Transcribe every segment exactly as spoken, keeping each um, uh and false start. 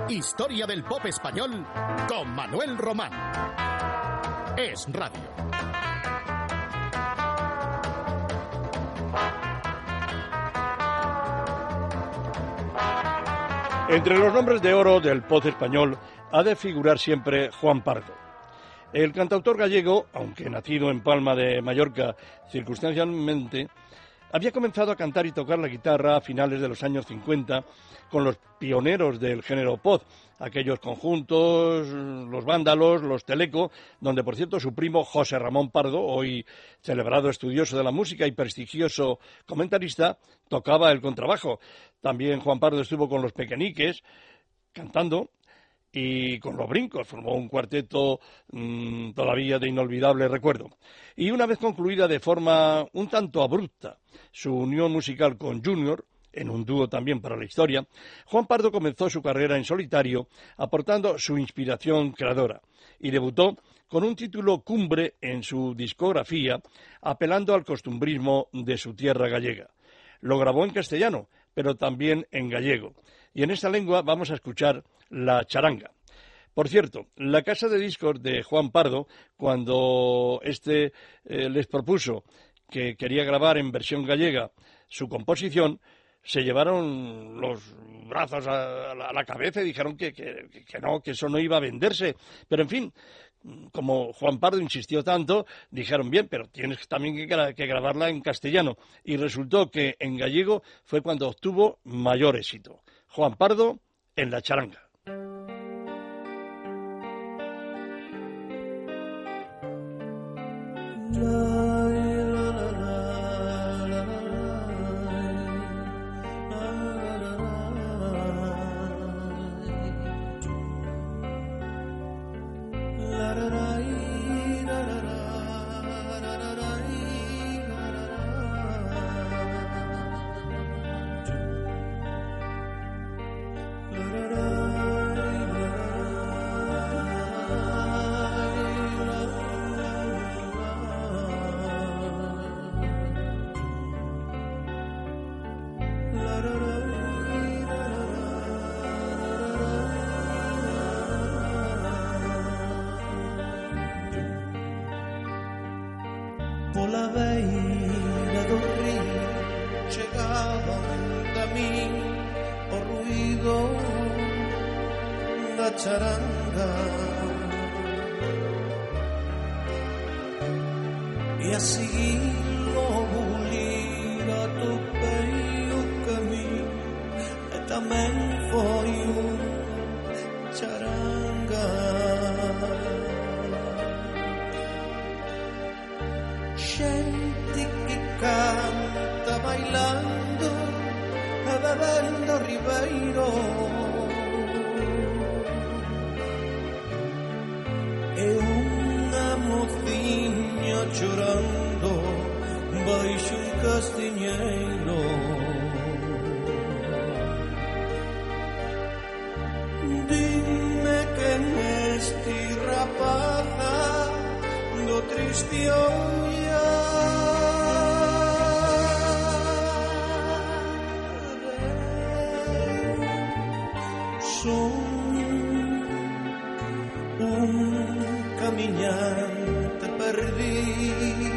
Historia del pop español con Manuel Román. Es Radio. Entre los nombres de oro del pop español ha de figurar siempre Juan Pardo. El cantautor gallego, aunque nacido en Palma de Mallorca circunstancialmente, había comenzado a cantar y tocar la guitarra a finales de los años cincuenta con los pioneros del género pop, aquellos conjuntos, los Vándalos, los Teleco, donde por cierto su primo José Ramón Pardo, hoy celebrado estudioso de la música y prestigioso comentarista, tocaba el contrabajo. También Juan Pardo estuvo con los Pequeñiques cantando y con los Brincos, formó un cuarteto mmm, todavía de inolvidable recuerdo. Y una vez concluida de forma un tanto abrupta su unión musical con Junior, en un dúo también para la historia, Juan Pardo comenzó su carrera en solitario aportando su inspiración creadora y debutó con un título cumbre en su discografía, apelando al costumbrismo de su tierra gallega. Lo grabó en castellano, pero también en gallego, y en esta lengua vamos a escuchar La Charanga. Por cierto, la casa de discos de Juan Pardo, cuando éste eh, les propuso que quería grabar en versión gallega su composición, se llevaron los brazos a la, a la cabeza y dijeron que, que, que no, que eso no iba a venderse. Pero, en fin, como Juan Pardo insistió tanto, dijeron, bien, pero tienes también que, gra- que grabarla en castellano. Y resultó que en gallego fue cuando obtuvo mayor éxito. Juan Pardo en La Charanga. Pola beira do río chegaba ante min o ruído da charanga e a seguilo bulir atopei o camiño e tamén foi un charanga. Xente que canta bailando e bebendo ribeiro e unha mociña chorando baixo un castiñeiro. Dime quen es ti, rapaza do triste caminhante perdido,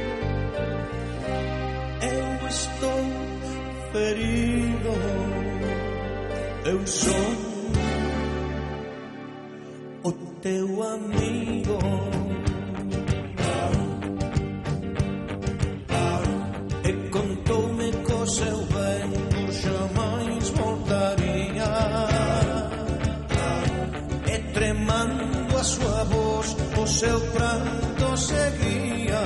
eu estou ferido, eu sou o teu amigo. E contou-me que o seu vento jamais voltaria, e tremando a sua voz o seu pranto seguia.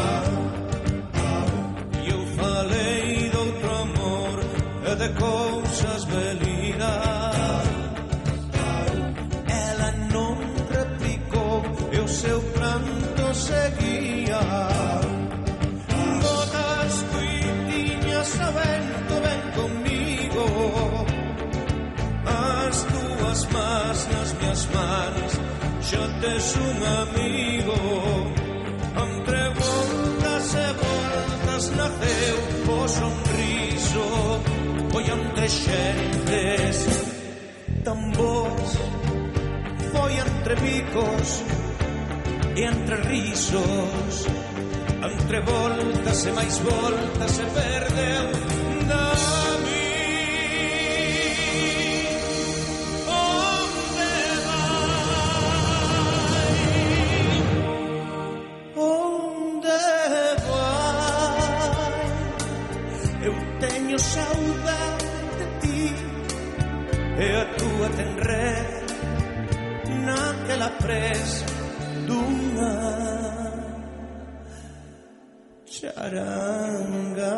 E eu falei de outro amor e de cousas velidas. Ela non replicou e o seu pranto seguia. Botas cuitiñas no vento, ven comigo. As túas mans nas minhas mans, xa tes un amigo. Entre voltas e voltas naceu o sonriso. Foi ante xentes tan boas foi entre bicos e entre risos, entre voltas e máis voltas se perdeu da mí. Onde vai? Onde vai? Eu teño saudade de ti e a túa tenrez naquela presa dunha charanga.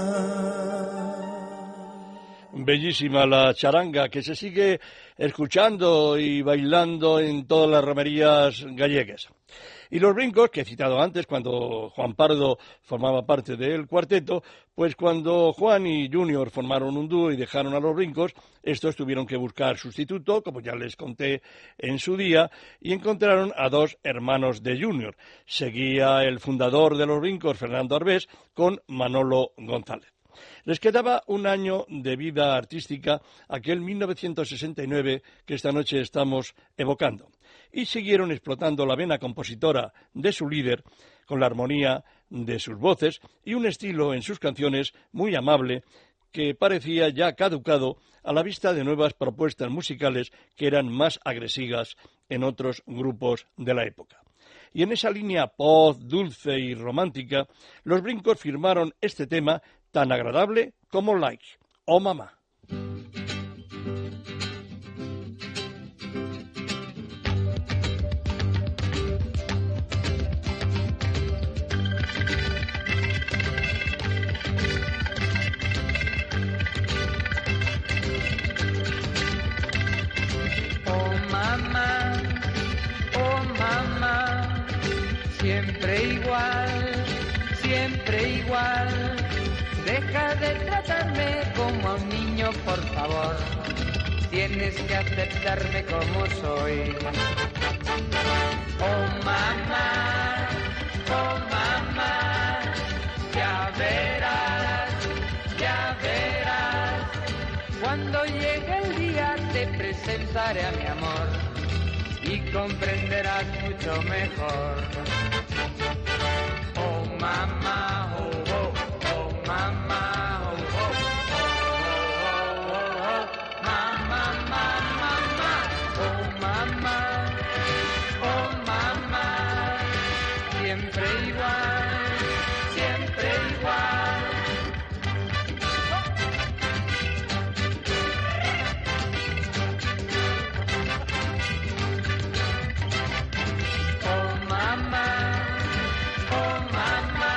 Bellísima la charanga, que se sigue escuchando y bailando en todas las romerías gallegas. Y los brincos, que he citado antes, cuando Juan Pardo formaba parte del cuarteto, pues cuando Juan y Junior formaron un dúo y dejaron a los brincos, estos tuvieron que buscar sustituto, como ya les conté en su día, y encontraron a dos hermanos de Junior. Seguía el fundador de los brincos, Fernando Arbés, con Manolo González. Les quedaba un año de vida artística, aquel mil novecientos sesenta y nueve que esta noche estamos evocando, y siguieron explotando la vena compositora de su líder con la armonía de sus voces y un estilo en sus canciones muy amable que parecía ya caducado a la vista de nuevas propuestas musicales que eran más agresivas en otros grupos de la época. Y en esa línea pop, dulce y romántica, los brincos firmaron este tema tan agradable como Like, Oh Mamá. Siempre igual, siempre igual. Deja de tratarme como a un niño, por favor. Tienes que aceptarme como soy. Oh mamá, oh mamá, ya verás, ya verás. Cuando llegue el día te presentaré a mi amor y comprenderás mucho mejor. Oh mamá, oh, oh, oh mamá, oh, oh, oh, oh, oh, oh, mamá, mamá, mamá, oh mamá, oh mamá, siempre igual, siempre igual. Oh mamá, oh mamá,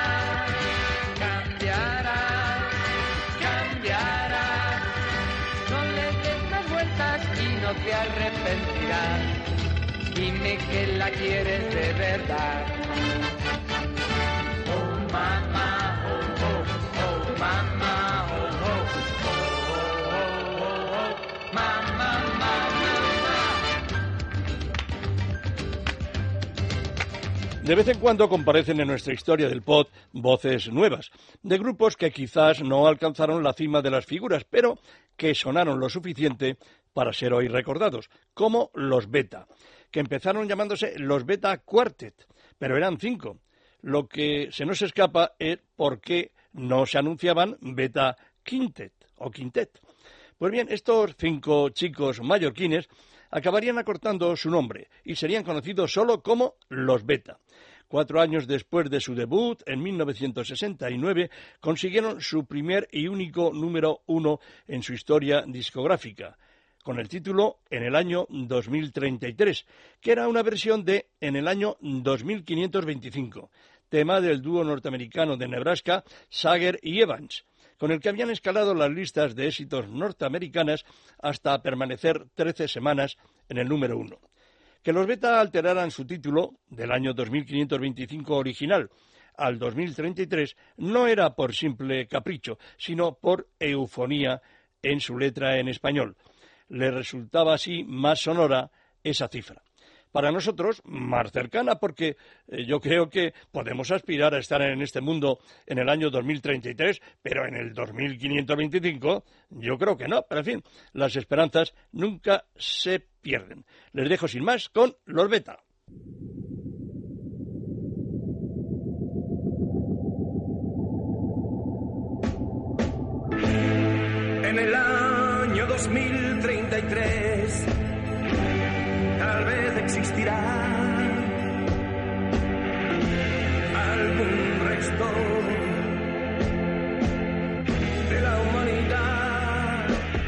cambiarás, cambiarás, no le des más vueltas y no te arrepentirás, dime que la quieres de verdad. Oh mamá, oh, oh, oh, mamá, oh, oh, oh, oh, oh, oh, mamá, mamá, mamá. De vez en cuando comparecen en nuestra historia del pop voces nuevas, de grupos que quizás no alcanzaron la cima de las figuras, pero que sonaron lo suficiente para ser hoy recordados, como los Beta, que empezaron llamándose los Beta Quartet, pero eran cinco. Lo que se nos escapa es por qué no se anunciaban Beta Quintet o Quintet. Pues bien, estos cinco chicos mallorquines acabarían acortando su nombre y serían conocidos solo como los Beta. Cuatro años después de su debut, en mil novecientos sesenta y nueve, consiguieron su primer y único número uno en su historia discográfica, con el título En el año dos mil treinta y tres, que era una versión de En el año dos mil quinientos veinticinco, tema del dúo norteamericano de Nebraska, Sager y Evans, con el que habían escalado las listas de éxitos norteamericanas hasta permanecer trece semanas en el número uno. Que los Beta alteraran su título, del año dos mil quinientos veinticinco original, al dos mil treinta y tres, no era por simple capricho, sino por eufonía en su letra en español. Le resultaba así más sonora esa cifra. para nosotros más cercana, porque eh, yo creo que podemos aspirar a estar en este mundo en el año dos mil treinta y tres, pero en el dos mil quinientos veinticinco yo creo que no. Pero en fin, las esperanzas nunca se pierden. Les dejo sin más con los Beta. En el año dos mil treinta y tres tal vez existirá algún resto de la humanidad.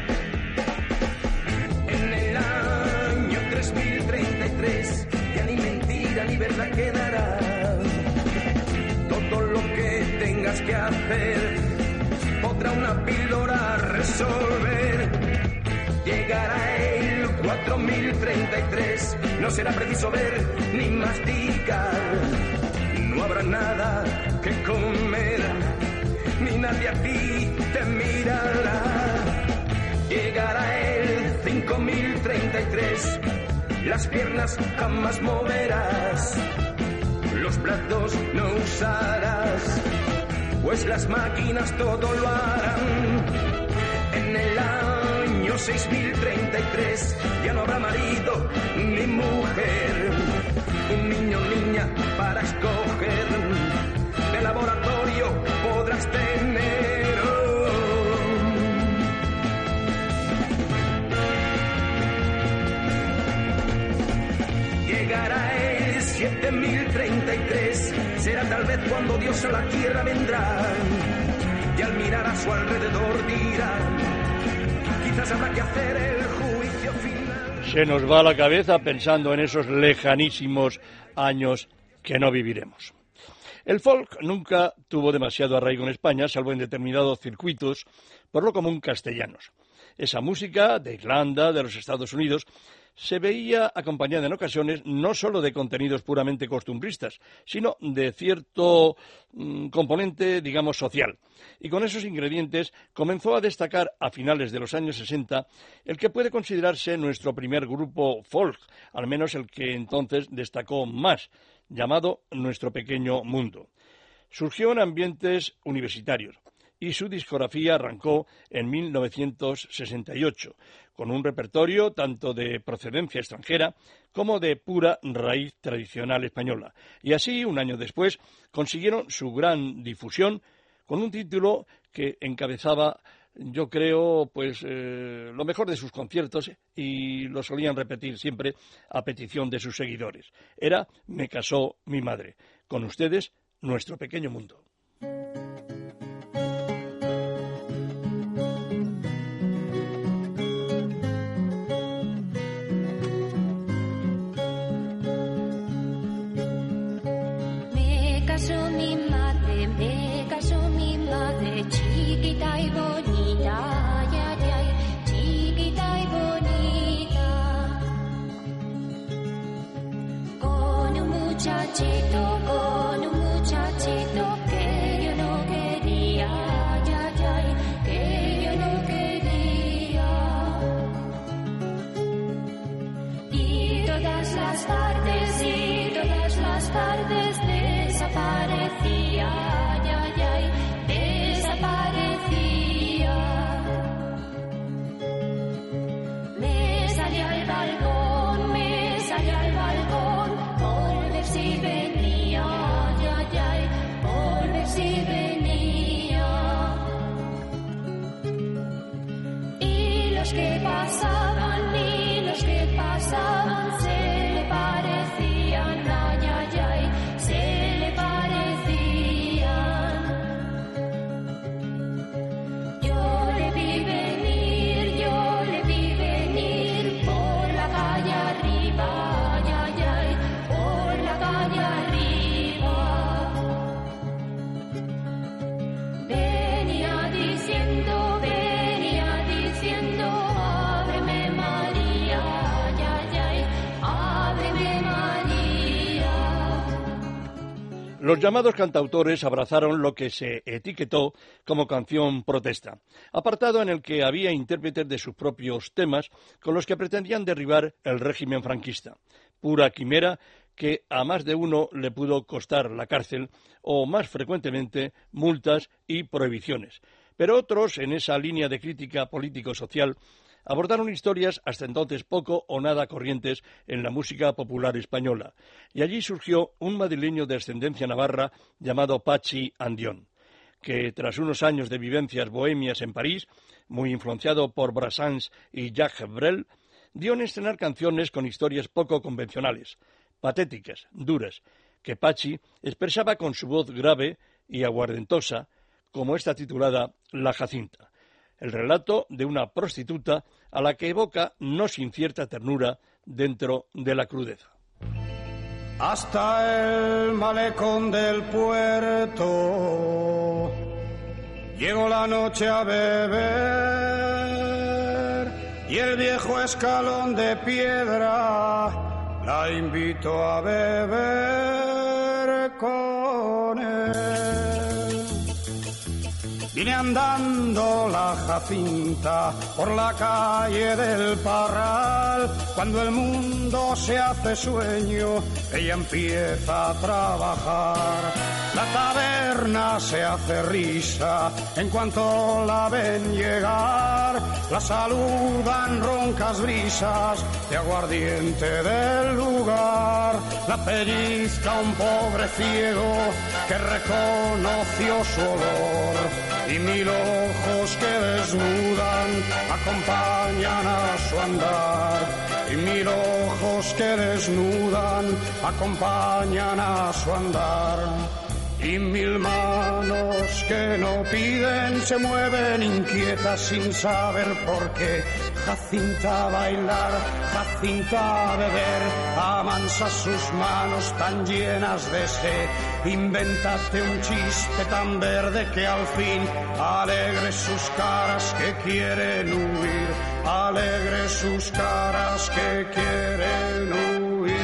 En el año tres mil treinta y tres ya ni mentira ni verdad quedará. Todo lo que tengas que hacer podrá una píldora resolver. Llegará el cuatro mil treinta y tres, no será preciso ver ni masticar. No habrá nada que comer, ni nadie a ti te mirará. Llegará el cinco mil treinta y tres, las piernas jamás moverás, los brazos no usarás, pues las máquinas todo lo harán. En el año seis mil treinta y tres ya no habrá marido ni mujer, un niño o niña para escoger, de laboratorio podrás tener. Oh. Llegará el siete mil treinta y tres, será tal vez cuando Dios a la tierra vendrá, y al mirar a su alrededor dirá, quizás habrá que hacer el juicio final. Se nos va la cabeza pensando en esos lejanísimos años que no viviremos. El folk nunca tuvo demasiado arraigo en España, salvo en determinados circuitos, por lo común castellanos. Esa música de Irlanda, de los Estados Unidos, se veía acompañada en ocasiones no solo de contenidos puramente costumbristas, sino de cierto mmm, componente, digamos, social. Y con esos ingredientes comenzó a destacar a finales de los años sesenta el que puede considerarse nuestro primer grupo folk, al menos el que entonces destacó más, llamado Nuestro Pequeño Mundo. Surgió en ambientes universitarios y su discografía arrancó en mil novecientos sesenta y ocho, con un repertorio tanto de procedencia extranjera como de pura raíz tradicional española. Y así, un año después, consiguieron su gran difusión con un título que encabezaba, yo creo, pues eh, lo mejor de sus conciertos, y lo solían repetir siempre a petición de sus seguidores. Era Me casó mi madre. Con ustedes, Nuestro Pequeño Mundo. Chiquita y bonita, ay, ay, ay, chiquita y bonita, con un muchachito, con un muchachito que yo no quería, ay, ay, ay, que yo no quería. Y todas las tardes, y todas las tardes desaparecía, ay, ay, ay, desaparecía. Me salí al balcón, me salí al balcón, por ver si venía, ay, ay, ay, por ver si venía. Y los que pasaban, y los que pasaban se le parecían, ay, ay, ay, se le parecían. Los llamados cantautores abrazaron lo que se etiquetó como canción protesta, apartado en el que había intérpretes de sus propios temas con los que pretendían derribar el régimen franquista. pura quimera que a más de uno le pudo costar la cárcel o, más frecuentemente, multas y prohibiciones. Pero otros, en esa línea de crítica político-social, abordaron historias hasta entonces poco o nada corrientes en la música popular española, y allí surgió un madrileño de ascendencia navarra llamado Pachi Andión, que tras unos años de vivencias bohemias en París, muy influenciado por Brassens y Jacques Brel, dio en estrenar canciones con historias poco convencionales, patéticas, duras, que Pachi expresaba con su voz grave y aguardentosa, como esta titulada La Jacinta, el relato de una prostituta a la que evoca no sin cierta ternura dentro de la crudeza. Hasta el malecón del puerto llegó la noche a beber y el viejo escalón de piedra la invitó a beber con él. Vine andando la Jacinta por la calle del Parral. Cuando el mundo se hace sueño, ella empieza a trabajar. La taberna se hace risa en cuanto la ven llegar. La saludan roncas brisas de aguardiente del lugar. La pellizca un pobre ciego que reconoció su olor. Y mil ojos que desnudan acompañan a su andar. Y mil ojos que desnudan acompañan a su andar. Y mil manos que no piden se mueven inquietas sin saber por qué. Jacinta a bailar, Jacinta a beber, amansa sus manos tan llenas de sed. Invéntate un chiste tan verde que al fin alegre sus caras que quieren huir. Alegre sus caras que quieren huir.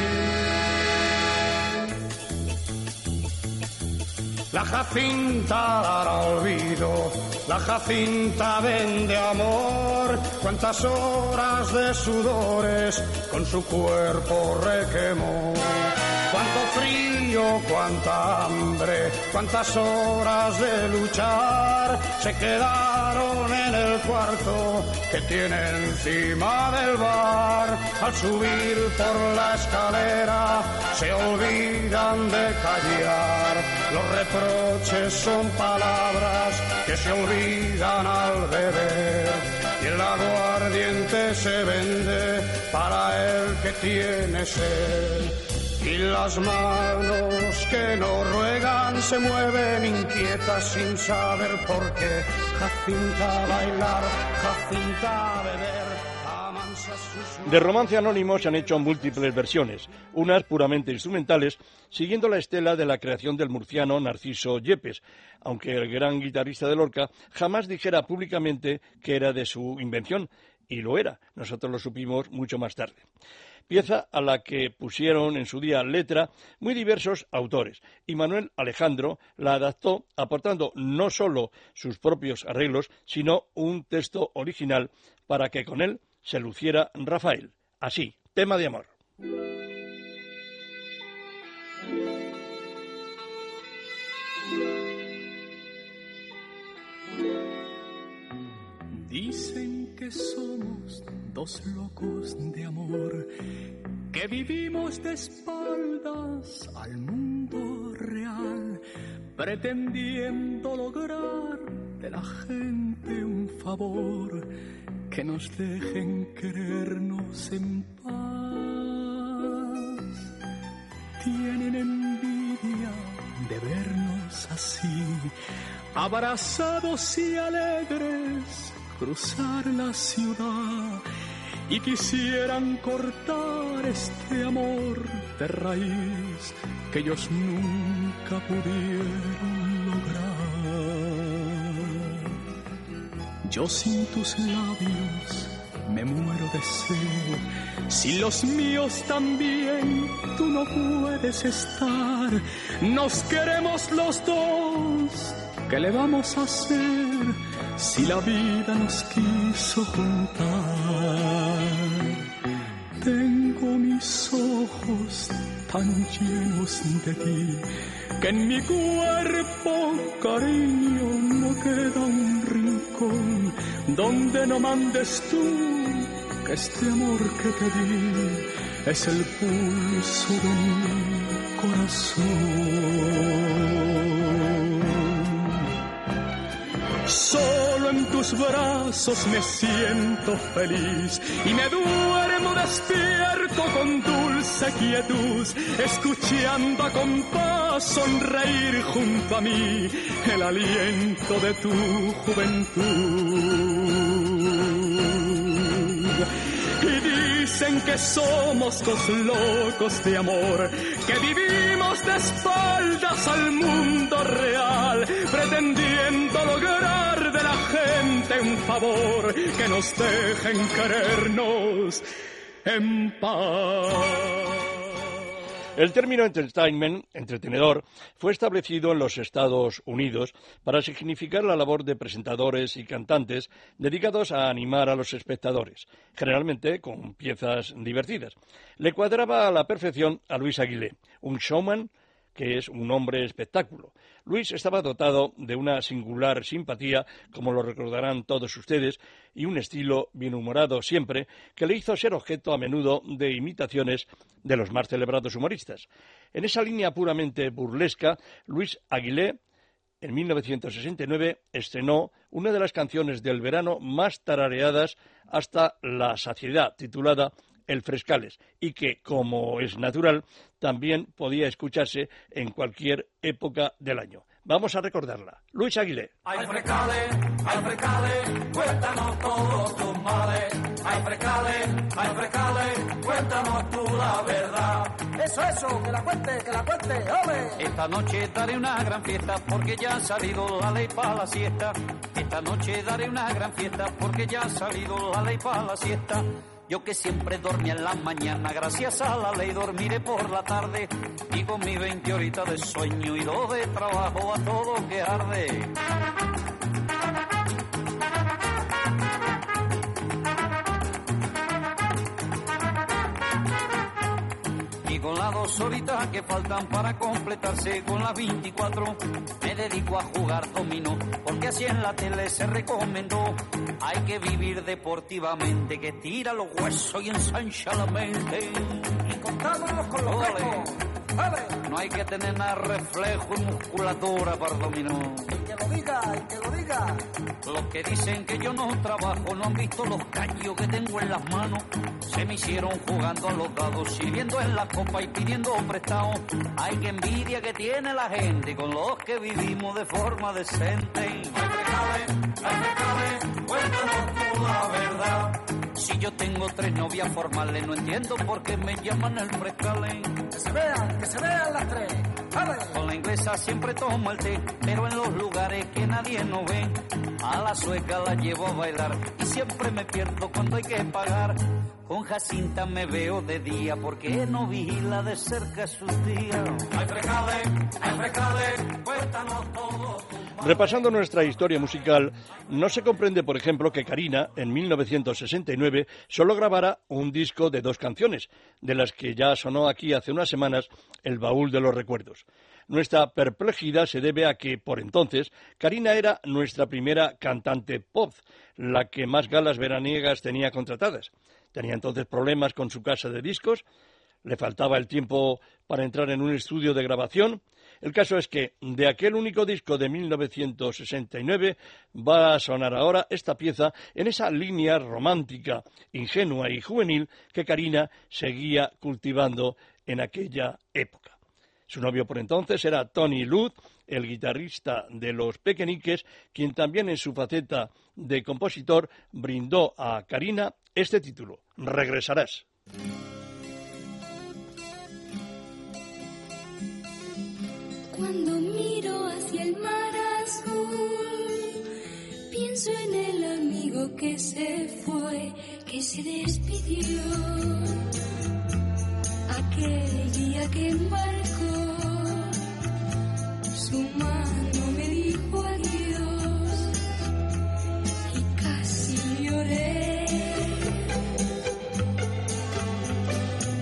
La Jacinta dará olvido, la Jacinta vende amor. Cuántas horas de sudores con su cuerpo requemó. Cuánto frío, cuánta hambre, cuántas horas de luchar se quedaron en el cuarto que tiene encima del bar. Al subir por la escalera se olvidan de callar. Los reproches son palabras que se olvidan al beber. Y el aguardiente se vende para el que tiene sed. Y las manos que no ruegan se mueven inquietas sin saber por qué. Jacinta a bailar, Jacinta a beber, amansa sus manos. De Romance Anónimo se han hecho múltiples versiones, unas puramente instrumentales, siguiendo la estela de la creación del murciano Narciso Yepes, aunque el gran guitarrista de Lorca jamás dijera públicamente que era de su invención, y lo era, nosotros lo supimos mucho más tarde. Pieza a la que pusieron en su día letra muy diversos autores, y Manuel Alejandro la adaptó aportando no solo sus propios arreglos, sino un texto original para que con él se luciera Rafael. Así, tema de amor. Dicen que somos dos locos de amor, que vivimos de espaldas al mundo real, pretendiendo lograr de la gente un favor, que nos dejen querernos en paz. Tienen envidia de vernos así, abrazados y alegres, cruzar la ciudad, y quisieran cortar este amor de raíz que ellos nunca pudieron lograr. Yo sin tus labios me muero de sed, si los míos también tú no puedes estar. Nos queremos los dos, ¿qué le vamos a hacer si la vida nos quiso juntar? Tengo tengo mis ojos tan llenos de ti, que en mi cuerpo, cariño, no queda un rincón donde no mandes tú, que este amor que te di es el pulso de mi corazón. Solo en tus brazos me siento feliz y me duermo despierto con dulce quietud, escuchando a compás sonreír junto a mí el aliento de tu juventud. Y dicen que somos dos locos de amor, que vivimos de espaldas al mundo real, pretendiendo lograr de la gente un favor, que nos dejen querernos en paz. El término entertainment, entretenedor, fue establecido en los Estados Unidos para significar la labor de presentadores y cantantes dedicados a animar a los espectadores, generalmente con piezas divertidas. Le cuadraba a la perfección a Luis Aguilé, un showman que es un hombre espectáculo. Luis estaba dotado de una singular simpatía, como lo recordarán todos ustedes, y un estilo bien humorado siempre, que le hizo ser objeto a menudo de imitaciones de los más celebrados humoristas. En esa línea puramente burlesca, Luis Aguilé, en mil novecientos sesenta y nueve, estrenó una de las canciones del verano más tarareadas hasta la saciedad, titulada El Frescales, y que, como es natural, también podía escucharse en cualquier época del año. Vamos a recordarla. Luis Aguilé. Ay, frescales, ay, frescales, cuéntanos todos tus males. Ay, frescales, ay, frescales, cuéntanos tú la verdad. Eso, eso, que la cuente, que la cuente, ¡ole! Esta noche daré una gran fiesta porque ya ha salido la ley para la siesta. Esta noche daré una gran fiesta porque ya ha salido la ley para la siesta. Yo que siempre dormía en la mañana, gracias a la ley dormiré por la tarde. Y con mis veinte horitas de sueño y dos de trabajo a todo que arde. Y con las dos horitas que faltan para completarse con las veinticuatro, me dedico a jugar dominó, porque así en la tele se recomendó. Hay que vivir deportivamente, que tira los huesos y ensancha la mente. Y contámonos con los huecos. ¡Vale! No hay que tener nada reflejo y musculatura para dominó. Y que lo diga, y que lo diga. Los que dicen que yo no trabajo no han visto los callos que tengo en las manos. Se me hicieron jugando a los dados, sirviendo en la copa y pidiendo prestado. Ay, qué envidia que tiene la gente con los que vivimos de forma decente. Ay, frescales, ay, frescales, cuéntanos tú la verdad. Si yo tengo tres novias formales, no entiendo por qué me llaman el frescale. Que se vean, que se vean las tres. ¡Vale! Con la inglesa siempre tomo el té, pero en los lugares que nadie nos ve, a la sueca la llevo a bailar y siempre me pierdo cuando hay que pagar. Con Jacinta me veo de día porque no vigila de cerca sus días. Ay, frescales, ay, frescales, cuéntanos todo. Repasando nuestra historia musical, no se comprende, por ejemplo, que Karina, en mil novecientos sesenta y nueve, solo grabara un disco de dos canciones, de las que ya sonó aquí hace unas semanas El baúl de los recuerdos. Nuestra perplejidad se debe a que, por entonces, Karina era nuestra primera cantante pop, la que más galas veraniegas tenía contratadas. Tenía entonces problemas con su casa de discos, le faltaba el tiempo para entrar en un estudio de grabación. El caso es que de aquel único disco de mil novecientos sesenta y nueve va a sonar ahora esta pieza en esa línea romántica, ingenua y juvenil que Karina seguía cultivando en aquella época. Su novio por entonces era Tony Luz, el guitarrista de Los Pequeñiques, quien también en su faceta de compositor brindó a Karina este título, Regresarás. Cuando miro hacia el mar azul, pienso en el amigo que se fue, que se despidió. Aquel día que embarcó, su mano me dijo adiós y casi lloré.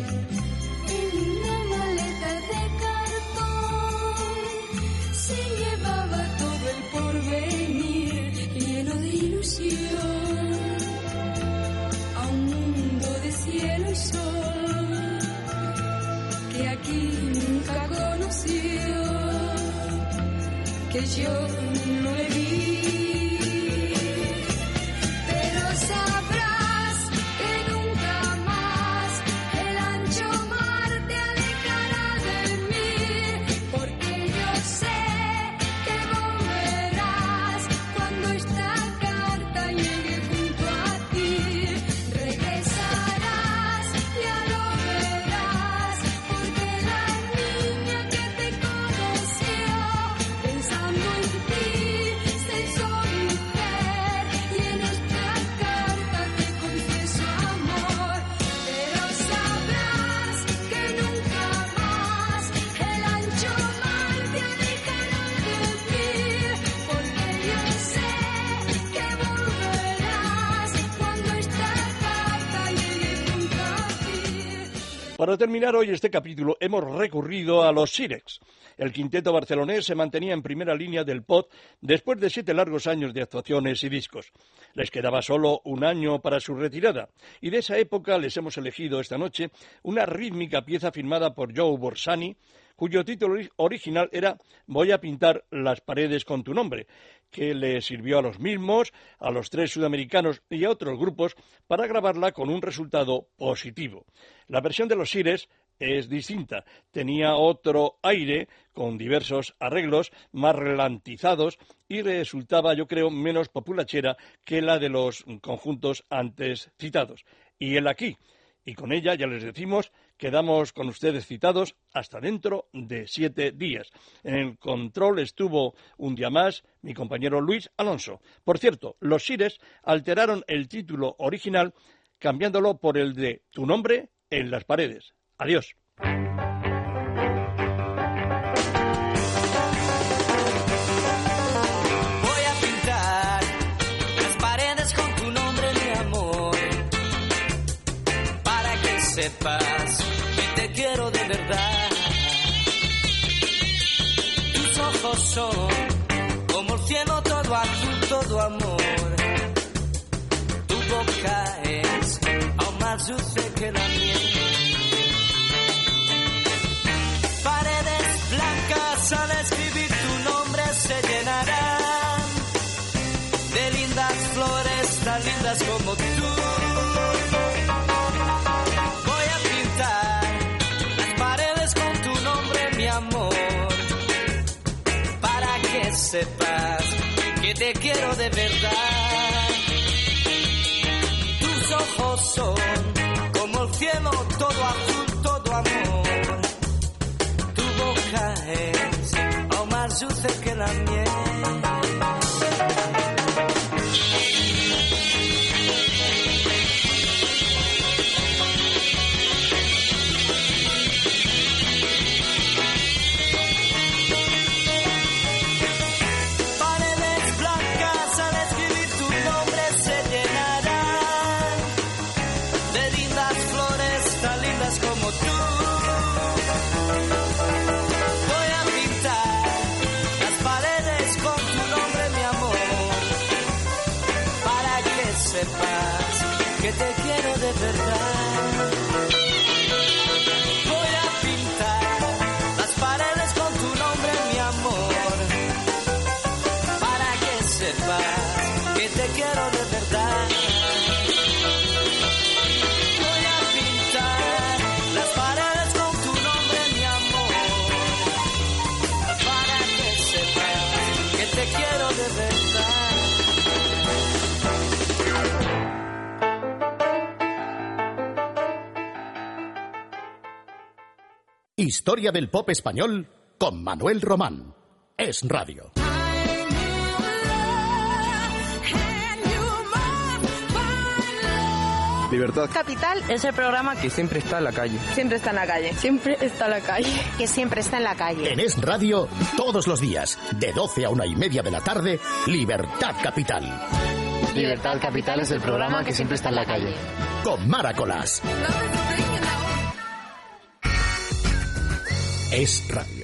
que yo no le vi, pero sabrás que nunca más el ancho mar te alejará de mí, porque yo sé que volverás cuando esta carta llegue junto a ti, regresarás, ya lo verás, porque la niña que te conoció pensando en ti se hizo mujer, y en esta carta te confieso amor, pero sabrás que nunca más el ancho mar te alejará de mí, porque yo sé que volverás cuando esta carta llegue junto a ti. Para terminar hoy este capítulo hemos recurrido a los Sirex. El quinteto barcelonés se mantenía en primera línea del pop después de siete largos años de actuaciones y discos. Les quedaba solo un año para su retirada, y de esa época les hemos elegido esta noche una rítmica pieza firmada por Joe Borsani, cuyo título ori- original era Voy a pintar las paredes con tu nombre, que le sirvió a los mismos, a los tres sudamericanos y a otros grupos para grabarla con un resultado positivo. La versión de los Sires es distinta, tenía otro aire con diversos arreglos más ralentizados y resultaba, yo creo, menos populachera que la de los conjuntos antes citados. Y el aquí, y con ella, ya les decimos, quedamos con ustedes citados hasta dentro de siete días. En el control estuvo un día más mi compañero Luis Alonso. Por cierto, los Sires alteraron el título original cambiándolo por el de Tu nombre en las paredes. Adiós. Voy a pintar las paredes con tu nombre, mi amor, para que sepas que te quiero de verdad. Tus ojos son como el cielo, todo azul, todo amor. Tu boca es aún más dulce que la miel. Paredes blancas al escribir tu nombre se llenarán de lindas flores tan lindas como tú. Voy a pintar las paredes con tu nombre, mi amor, para que sepas que te quiero de verdad. Tus ojos son como el cielo, todo azul, todo amor. Es aún más dulce que la miel. Paredes blancas al escribir tu nombre se llenarán de lindas flores tan lindas como tú. Sepas que te quiero de verdad. Voy a pintar las paredes con tu nombre, mi amor, para que sepas que te quiero de verdad. Voy a pintar las paredes con tu nombre, mi amor, para que sepas que te quiero de verdad. Historia del pop español con Manuel Román. Es Radio. Libertad Capital es el programa que siempre está en la calle. Siempre está en la calle. Siempre está en la calle. Que siempre está en la calle. En Es Radio, todos los días, de doce a una y media de la tarde, Libertad Capital. Libertad Capital es el programa que siempre está en la calle. Con Mara Colás. Es Radio.